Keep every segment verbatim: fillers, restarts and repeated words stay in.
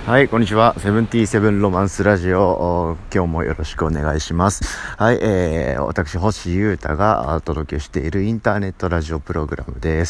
はい、こんにちは。セブンティーセブンロマンスラジオ、今日もよろしくお願いします。はい、えー、私星優太がお届けしているインターネットラジオプログラムです。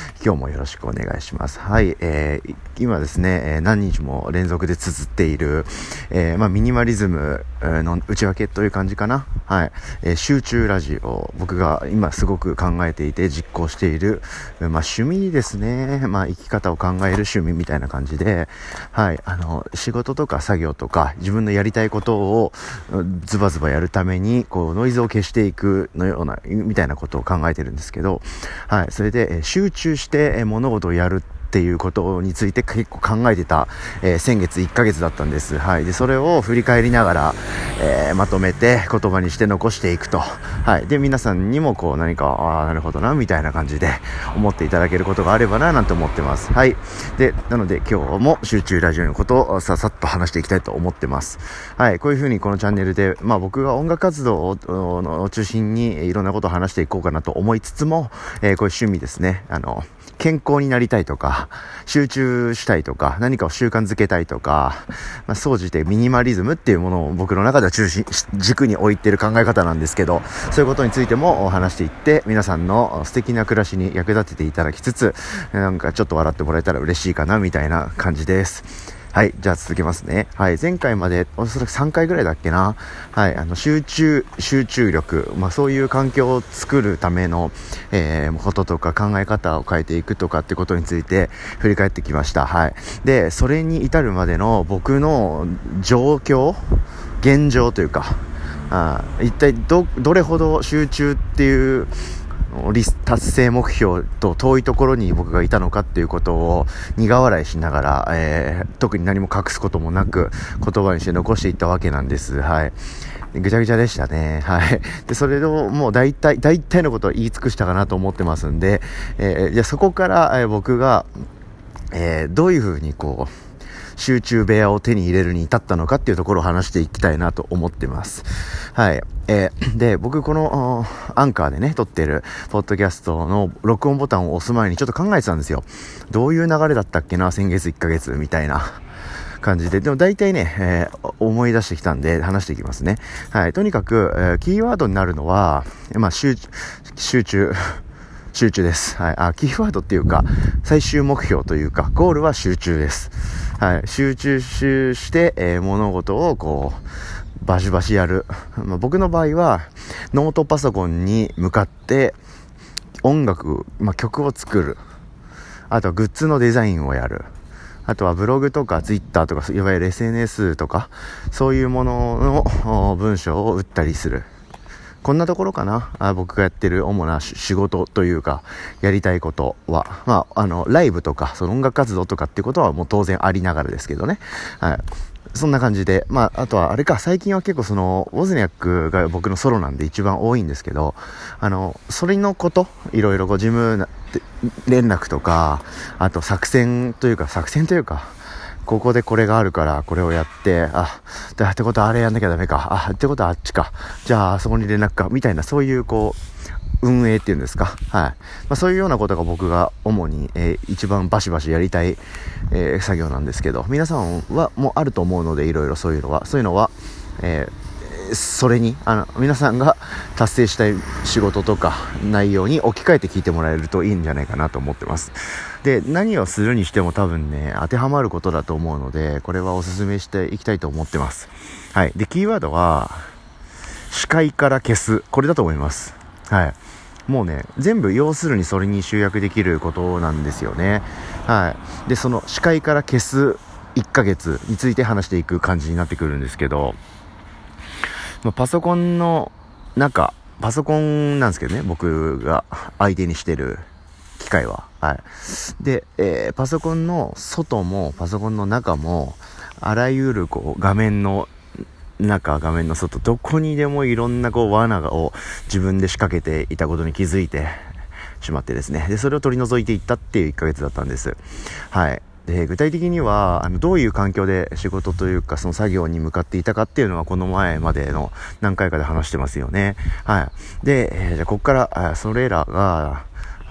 今日もよろしくお願いします。はい、えー、今ですね、何日も連続で綴っている、えー、まあミニマリズムの内訳という感じかな。はい、えー、集中ラジオ、僕が今すごく考えていて実行している、まあ趣味ですね。まあ生き方を考える趣味みたいな感じで、はい、あの仕事とか作業とか自分のやりたいことをズバズバやるためにこうノイズを消していくのようなみたいなことを考えてるんですけど、はい、それで集中して物事をやるっていうことについて結構考えてた、えー、先月いっかげつだったんです。はい、でそれを振り返りながら、えー、まとめて言葉にして残していくと、はい、で皆さんにもこう何かああなるほどなみたいな感じで思っていただけることがあればななんて思ってます。はい、でなので今日も集中ラジオのことをささっと話していきたいと思ってます。はい、こういう風にこのチャンネルで、まあ、僕が音楽活動を中心にいろんなことを話していこうかなと思いつつも、えー、こういう趣味ですね、あの健康になりたいとか集中したいとか何かを習慣づけたいとか、まあ、総じてミニマリズムっていうものを僕の中では中心軸に置いている考え方なんですけど、そういうことについても話していって皆さんの素敵な暮らしに役立てていただきつつ、なんかちょっと笑ってもらえたら嬉しいかなみたいな感じです。はい、じゃあ続けますね。はい、前回までおそらくさんかいぐらいだっけな。はい、あの集中集中力、まあそういう環境を作るための、えー、こととか考え方を変えていくとかってことについて振り返ってきました。はい。で、それに至るまでの僕の状況、現状というか、あ一体どどれほど集中っていう達成目標と遠いところに僕がいたのかっていうことを苦笑いしながら、えー、特に何も隠すこともなく言葉にして残していったわけなんです。はい、ぐちゃぐちゃでしたね。はい。で、それをもう大体大体のことを言い尽くしたかなと思ってますんで、えー、じゃあそこから、えー、僕が、えー、どういうふうにこう集中部屋を手に入れるに至ったのかっていうところを話していきたいなと思ってます。はい。えー、で、僕このアンカーでね、撮ってるポッドキャストの録音ボタンを押す前にちょっと考えてたんですよ。どういう流れだったっけな、先月いっかげつみたいな感じで。でも大体ね、えー、思い出してきたんで話していきますね。はい。とにかく、えー、キーワードになるのは、まあ、集、集中、集中です。はい。あ、キーワードっていうか、最終目標というか、ゴールは集中です。はい。集中して、えー、物事をこう、バシバシやる。まあ、僕の場合は、ノートパソコンに向かって、音楽、まあ、曲を作る。あとはグッズのデザインをやる。あとはブログとかツイッターとか、いわゆる エスエヌエス とか、そういうものの文章を打ったりする。こんなところかな。あ、僕がやってる主な仕事というかやりたいことは、まああのライブとかその音楽活動とかっていうことはもう当然ありながらですけどね。はい。そんな感じで、まああとはあれか、最近は結構そのウォズニャックが僕のソロなんで一番多いんですけど、あのそれのこといろいろこう事務連絡とか、あと作戦というか作戦というか。ここでこれがあるからこれをやって、あ、だってことはあれやんなきゃダメか、あ、ってことはあっちか、じゃあそこに連絡かみたいな、そういうこう運営っていうんですか、はい、まあ、そういうようなことが僕が主に、えー、一番バシバシやりたい、えー、作業なんですけど、皆さんはもうあると思うので、いろいろそういうのはそういうのは、えー、それにあの皆さんが達成したい仕事とか内容に置き換えて聞いてもらえるといいんじゃないかなと思ってます。で、何をするにしても多分ね当てはまることだと思うので、これはお勧めしていきたいと思ってます。はい。で、キーワードは視界から消す、これだと思います。はい。もうね、全部要するにそれに集約できることなんですよね。はい。で、その視界から消すいっかげつについて話していく感じになってくるんですけど、パソコンの中、パソコンなんですけどね、僕が相手にしてる機械は、はい。で、えー、パソコンの外もパソコンの中もあらゆるこう画面の中、画面の外、どこにでもいろんなこう罠を自分で仕掛けていたことに気づいてしまってですね、でそれを取り除いていったっていういっかげつだったんです。はい。で、具体的にはあのどういう環境で仕事というかその作業に向かっていたかっていうのはこの前までの何回かで話してますよね。はい。で、えー、じゃあここからそれらが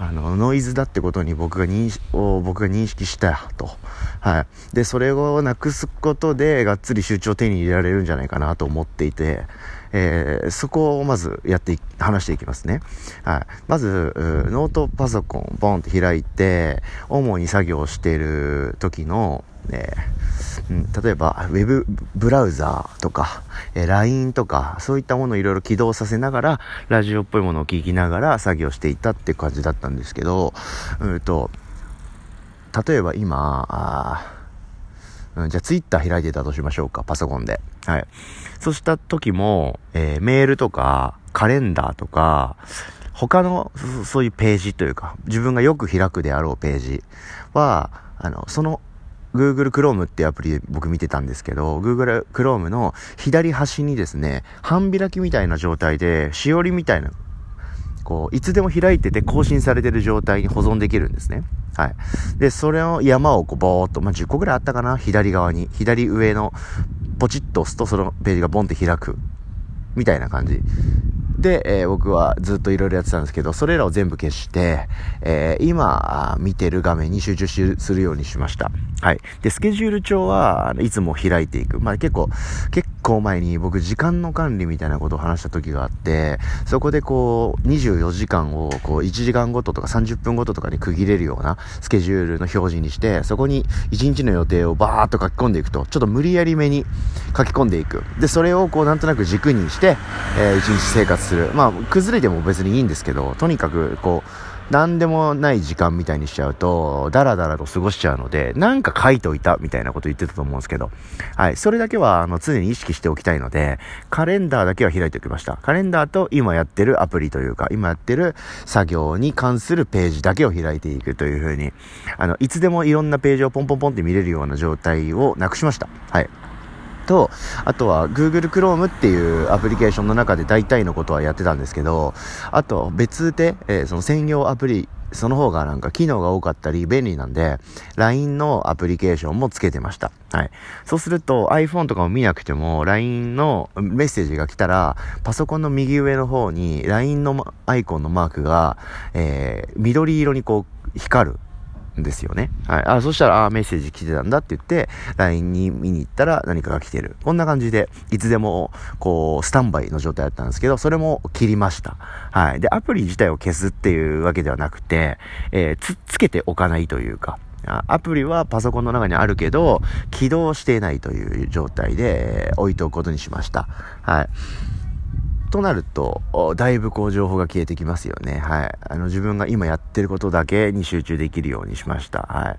あのノイズだってことに僕が認識を僕が認識したと、はい、でそれをなくすことでがっつり集中を手に入れられるんじゃないかなと思っていて、えー、そこをまずやって話していきますね。はい、まずノートパソコンボンって開いて主に作業をしている時の、えーうん、例えばウェブブラウザーとか、えー、ライン とかそういったものをいろいろ起動させながらラジオっぽいものを聞きながら作業していたっていう感じだったんですけど、うんと例えば今あうん、じゃあツイッター開いてたとしましょうか、パソコンで。はい。そうした時も、えー、メールとかカレンダーとか他のそそういうページというか自分がよく開くであろうページはあのそのGoogle Chrome っていうアプリで僕見てたんですけど、Google Chrome の左端にですね、半開きみたいな状態で、しおりみたいな、こう、いつでも開いてて更新されてる状態に保存できるんですね。はい。で、それを山をこう、ぼーっと、まあ、じゅっこぐらいあったかな、左側に。左上の、ポチッと押すと、そのページがボンって開く。みたいな感じ。で、えー、僕はずっといろいろやってたんですけど、それらを全部消して、えー、今見てる画面に集中しするようにしました。はい。で、スケジュール帳はいつも開いていく。まあ結構、結構前に僕時間の管理みたいなことを話した時があって、そこでこう、にじゅうよじかんをこういちじかんごととかさんじゅっぷんごととかに区切れるようなスケジュールの表示にして、そこにいちにちの予定をバーっと書き込んでいくと、ちょっと無理やりめに書き込んでいく。で、それをこうなんとなく軸にして、えー、一日生活する。まあ、崩れても別にいいんですけど、とにかくこう何でもない時間みたいにしちゃうとダラダラと過ごしちゃうので、なんか書いといたみたいなこと言ってたと思うんですけど、はい、それだけはあの常に意識しておきたいので、カレンダーだけは開いておきました。カレンダーと今やってるアプリというか、今やってる作業に関するページだけを開いていくという風に、あのいつでもいろんなページをポンポンポンって見れるような状態をなくしました。はい。と、あとは Google Chrome っていうアプリケーションの中で大体のことはやってたんですけど、あと別で、えー、その専用アプリ、その方がなんか機能が多かったり便利なんで ライン のアプリケーションもつけてました。はい。そうすると iPhone とかも見なくても ライン のメッセージが来たらパソコンの右上の方に ライン のアイコンのマークが、えー、緑色にこう光るですよね。はい。あ、そしたら、あ、メッセージ来てたんだって言って、ライン に見に行ったら何かが来てる。こんな感じで、いつでも、こう、スタンバイの状態だったんですけど、それも切りました。はい。で、アプリ自体を消すっていうわけではなくて、えー、つ、つけておかないというか、アプリはパソコンの中にあるけど、起動していないという状態で、えー、置いておくことにしました。はい。となるとだいぶこう情報が消えてきますよね。はい。あの自分が今やってることだけに集中できるようにしました。はい。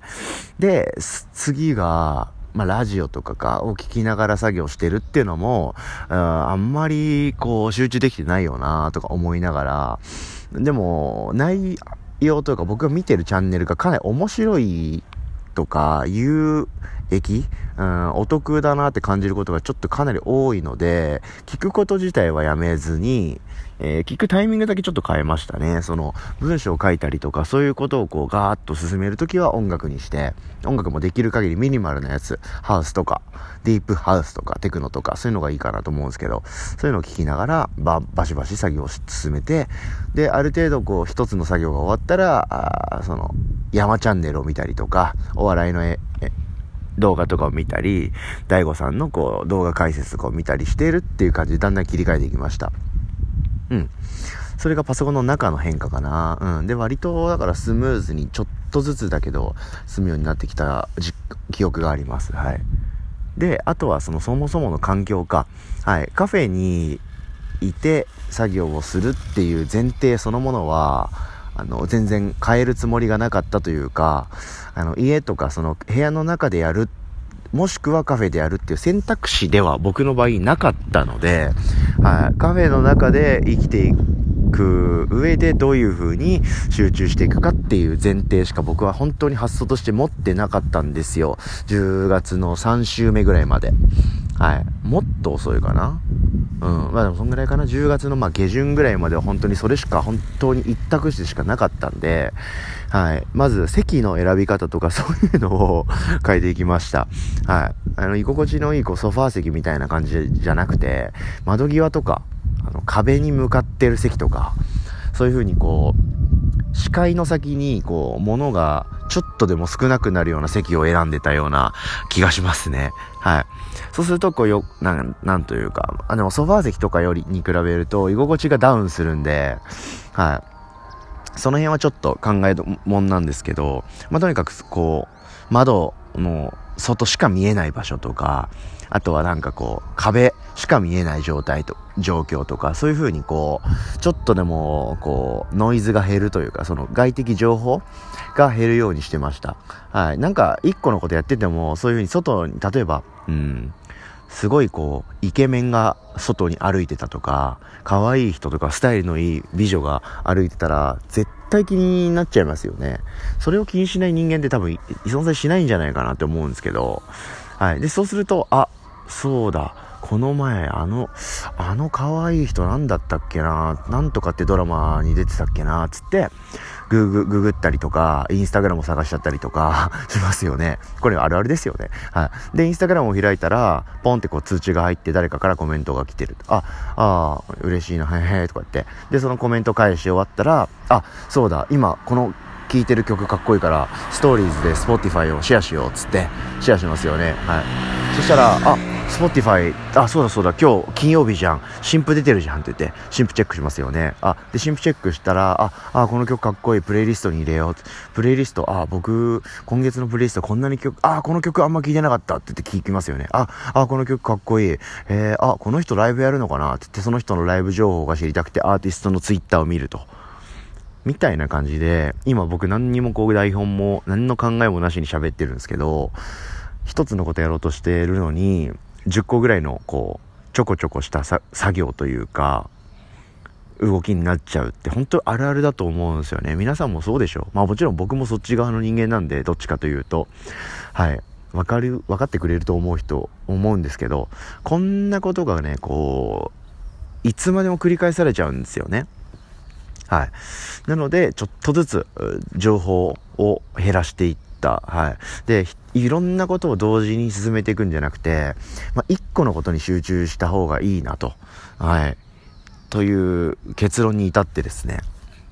で、次が、まあ、ラジオとかかを聞きながら作業してるっていうのも、あ, あんまりこう集中できてないよなとか思いながら、でも内容というか僕が見てるチャンネルがかなり面白いとか有益、うん、お得だなって感じることがちょっとかなり多いので、聞くこと自体はやめずに、えー、聞くタイミングだけちょっと変えましたね。その文章を書いたりとかそういうことをこうガーッと進めるときは音楽にして、音楽もできる限りミニマルなやつ、ハウスとかディープハウスとかテクノとかそういうのがいいかなと思うんですけど、そういうのを聞きながらババシバシ作業を進めて、である程度こう一つの作業が終わったら、あその山チャンネルを見たりとか、お笑いのええ動画とかを見たり、大悟さんのこう動画解説とかを見たりしているっていう感じでだんだん切り替えていきました。うん。それがパソコンの中の変化かな。うん。で、割とだからスムーズにちょっとずつだけど済むようになってきた記憶があります。はい。で、あとはそのそもそもの環境か。はい。カフェにいて作業をするっていう前提そのものは、あの全然変えるつもりがなかったというか、あの家とかその部屋の中でやる、もしくはカフェでやるっていう選択肢では僕の場合なかったので、はい、カフェの中で生きていく上でどういう風に集中していくかっていう前提しか僕は本当に発想として持ってなかったんですよ。じゅうがつのさん週目ぐらいまで。はい。もっと遅いかな。うん。まあでもそんぐらいかな。じゅうがつのまあ下旬ぐらいまでは本当にそれしか本当に一択肢しかなかったんで、はい。まず席の選び方とかそういうのを変えていきました。はい。あの居心地のいいこうソファー席みたいな感じじゃなくて、窓際とか、あの壁に向かってる席とか、そういう風にこう視界の先にこう物がちょっとでも少なくなるような席を選んでたような気がしますね。はい。そうするとこうよなんなんというか、あでもソファー席とかよりに比べると居心地がダウンするんで、はい。その辺はちょっと考えもんなんですけど、まあとにかくこう窓の外しか見えない場所とか、あとはなんかこう壁しか見えない状態と状況とか、そういう風にこうちょっとでもこうノイズが減るというか、その外的情報が減るようにしてました。はい。なんか一個のことやってても、そういう風に外に例えばうんすごいこうイケメンが外に歩いてたとか、可愛い人とかスタイルのいい美女が歩いてたら絶対気になっちゃいますよね。それを気にしない人間って多分存在しないんじゃないかなって思うんですけど、はい。でそうすると、あ、そうだ、この前あのあの可愛い人なんだったっけな、なんとかってドラマに出てたっけなつってググググったりとか、インスタグラムを探しちゃったりとかしますよね。これあるあるですよね。はい。でインスタグラムを開いたらポンってこう通知が入って、誰かからコメントが来てる。ああ嬉しいな、へへとか言って、でそのコメント返し終わったら、あ、そうだ、今この聴いてる曲かっこいいからストーリーズで Spotify をシェアしようっつってシェアしますよね。はい。そしたら、あ、Spotify、あ、そうだそうだ、今日金曜日じゃん、新譜出てるじゃんって言って新譜チェックしますよね。あ、で新譜チェックしたら、あ、あ、この曲かっこいい、プレイリストに入れよう。プレイリスト、あ、僕今月のプレイリストこんなに曲、あ、この曲あんま聴いてなかったって言って聞きますよね。あ、あ、この曲かっこいい、えー、あ、この人ライブやるのかなって言って、その人のライブ情報が知りたくてアーティストのツイッターを見ると。みたいな感じで、今僕何にもこう台本も何の考えもなしに喋ってるんですけど、一つのことやろうとしてるのにじゅっこぐらいのこうちょこちょこしたさ作業というか動きになっちゃうって本当あるあるだと思うんですよね。皆さんもそうでしょ。まあもちろん僕もそっち側の人間なんで、どっちかというと、はい、分かる分かってくれると思う人思うんですけど、こんなことがねこういつまでも繰り返されちゃうんですよね。はい。なのでちょっとずつ情報を減らしていって、はい。で、いろんなことを同時に進めていくんじゃなくて、まあ、一個のことに集中した方がいいなと、はい。という結論に至ってですね。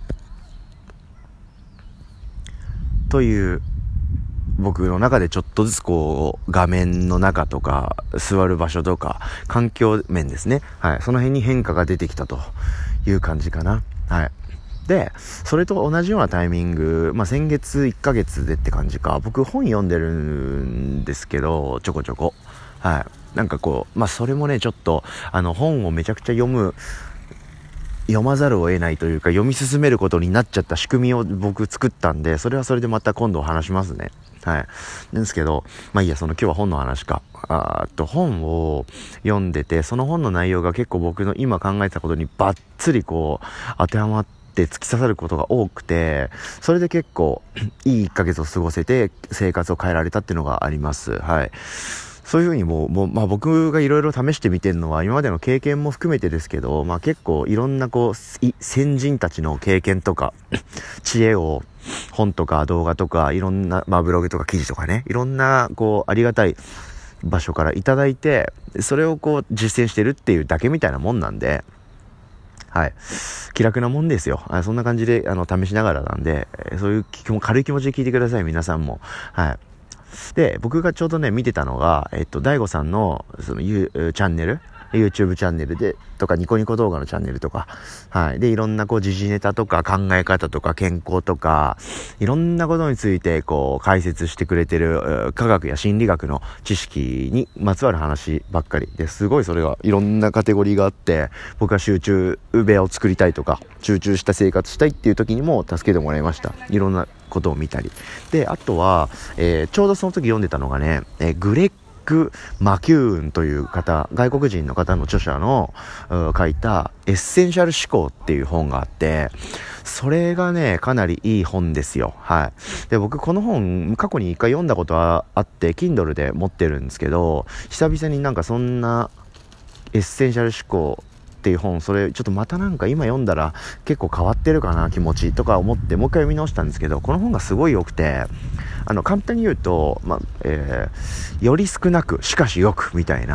という、僕の中でちょっとずつこう、画面の中とか、座る場所とか、環境面ですね。はい。その辺に変化が出てきたという感じかな。はい。で、それと同じようなタイミング、まあ、先月いっかげつでって感じか、僕本読んでるんですけど、ちょこちょこ。はい。なんかこう、まあ、それもね、ちょっと、あの、本をめちゃくちゃ読む、読まざるを得ないというか、読み進めることになっちゃった仕組みを僕作ったんで、それはそれでまた今度話しますね。はい。ですけど、まあいいや、その今日は本の話か。あーと、本を読んでて、その本の内容が結構僕の今考えてたことにバッツリこう、当てはまって、突き刺さることが多くて、それで結構いいいっかげつを過ごせて生活を変えられたっていうのがあります。はい。そういうふうにもう、もうまあ、僕がいろいろ試してみてるのは今までの経験も含めてですけど、まあ、結構いろんなこう先人たちの経験とか知恵を本とか動画とかいろんな、まあ、ブログとか記事とかね、いろんなこうありがたい場所からいただいて、それをこう実践してるっていうだけみたいなもんなんで、はい。気楽なもんですよ。あ、そんな感じで、あの、試しながらなんで、えー、そういう気も軽い気持ちで聞いてください、皆さんも。はい。で、僕がちょうどね、見てたのが、えっと、大悟さんの、その、ユー、チャンネル、YouTube チャンネルで、とか、ニコニコ動画のチャンネルとか、はい。で、いろんな、こう、時事ネタとか、考え方とか、健康とか、いろんなことについて、こう、解説してくれてる、科学や心理学の知識にまつわる話ばっかりで、すごいそれが、いろんなカテゴリーがあって、僕は集中部屋を作りたいとか、集中した生活したいっていう時にも助けてもらいました。いろんなことを見たり。で、あとは、えー、ちょうどその時読んでたのがね、えー、グレッグ・マキューンという方、外国人の方の著者の書いたエッセンシャル思考っていう本があって、それがねかなりいい本ですよ。はい。で、僕この本過去に一回読んだことはあって Kindle で持ってるんですけど、久々になんかそんなエッセンシャル思考っていう本、それちょっとまたなんか今読んだら結構変わってるかな気持ちとか思ってもう一回読み直したんですけど、この本がすごい良くて、あの簡単に言うと、まあえー、より少なくしかしよくみたいな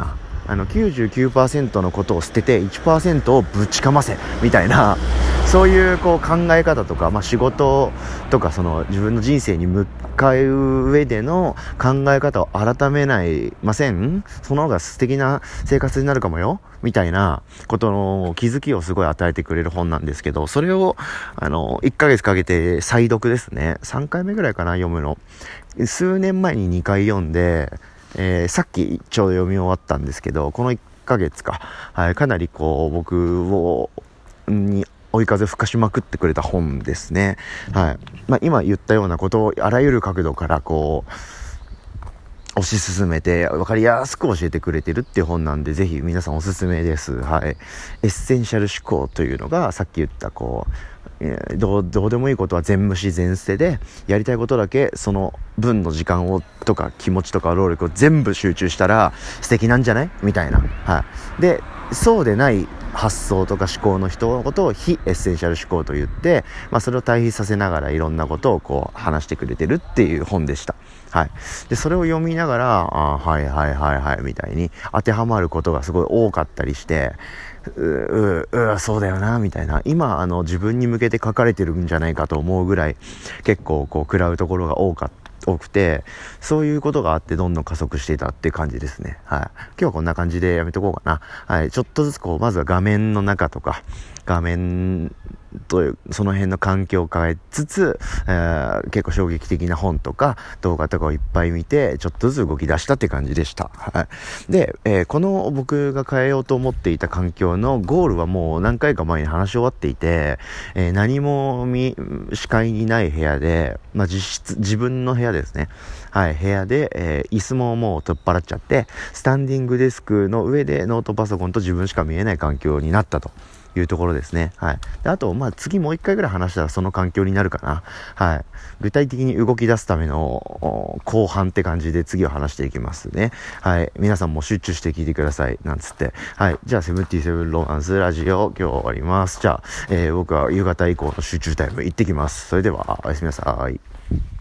あの きゅうじゅうきゅうパーセント のことを捨てて いちパーセント をぶちかませみたいな、そういうこう考え方とか、まあ、仕事とかその自分の人生に向かう上での考え方を改めないません？その方が素敵な生活になるかもよみたいなことの気づきをすごい与えてくれる本なんですけど、それをあのいっかげつかけて再読ですね。さんかいめぐらいかな、読むの。数年前ににかい読んで、えー、さっきちょうど読み終わったんですけど、このいっかげつか、はい、かなりこう僕をに追い風吹かしまくってくれた本ですね。はい。まあ、今言ったようなことをあらゆる角度からこう推し進めて分かりやすく教えてくれてるっていう本なんで、ぜひ皆さんおすすめです。はい。エッセンシャル思考というのが、さっき言ったこうどう、どうでもいいことは全無視全捨てで、やりたいことだけその分の時間をとか気持ちとか労力を全部集中したら素敵なんじゃないみたいな。はい。で、そうでない発想とか思考の人のことを非エッセンシャル思考と言って、まあ、それを対比させながらいろんなことをこう話してくれてるっていう本でした。はい。で、それを読みながら、あ、はいはいはいはいみたいに当てはまることがすごい多かったりして、うううそうだよなみたいな、今あの自分に向けて書かれてるんじゃないかと思うぐらい結構こう食らうところが多かった多くて、そういうことがあってどんどん加速していたっていう感じですね。はい。今日はこんな感じでやめとこうかな。はい。ちょっとずつこうまずは画面の中とか画面というその辺の環境を変えつつ、えー、結構衝撃的な本とか動画とかをいっぱい見てちょっとずつ動き出したって感じでした。はい。で、えー、この僕が変えようと思っていた環境のゴールはもう何回か前に話し終わっていて、えー、何も見視界にない部屋で、まあ、実質自分の部屋ですね。はい。部屋で、えー、椅子ももう取っ払っちゃってスタンディングデスクの上でノートパソコンと自分しか見えない環境になったというところですね。はい。で、あと、まあ、次もう一回ぐらい話したらその環境になるかな。はい。具体的に動き出すための後半って感じで次は話していきますね。はい。皆さんも集中して聞いてください。なんつって。はい。じゃあ、セブンティーセブンロマンスラジオ、今日終わります。じゃあ、えー、僕は夕方以降の集中タイム行ってきます。それでは、おやすみなさい。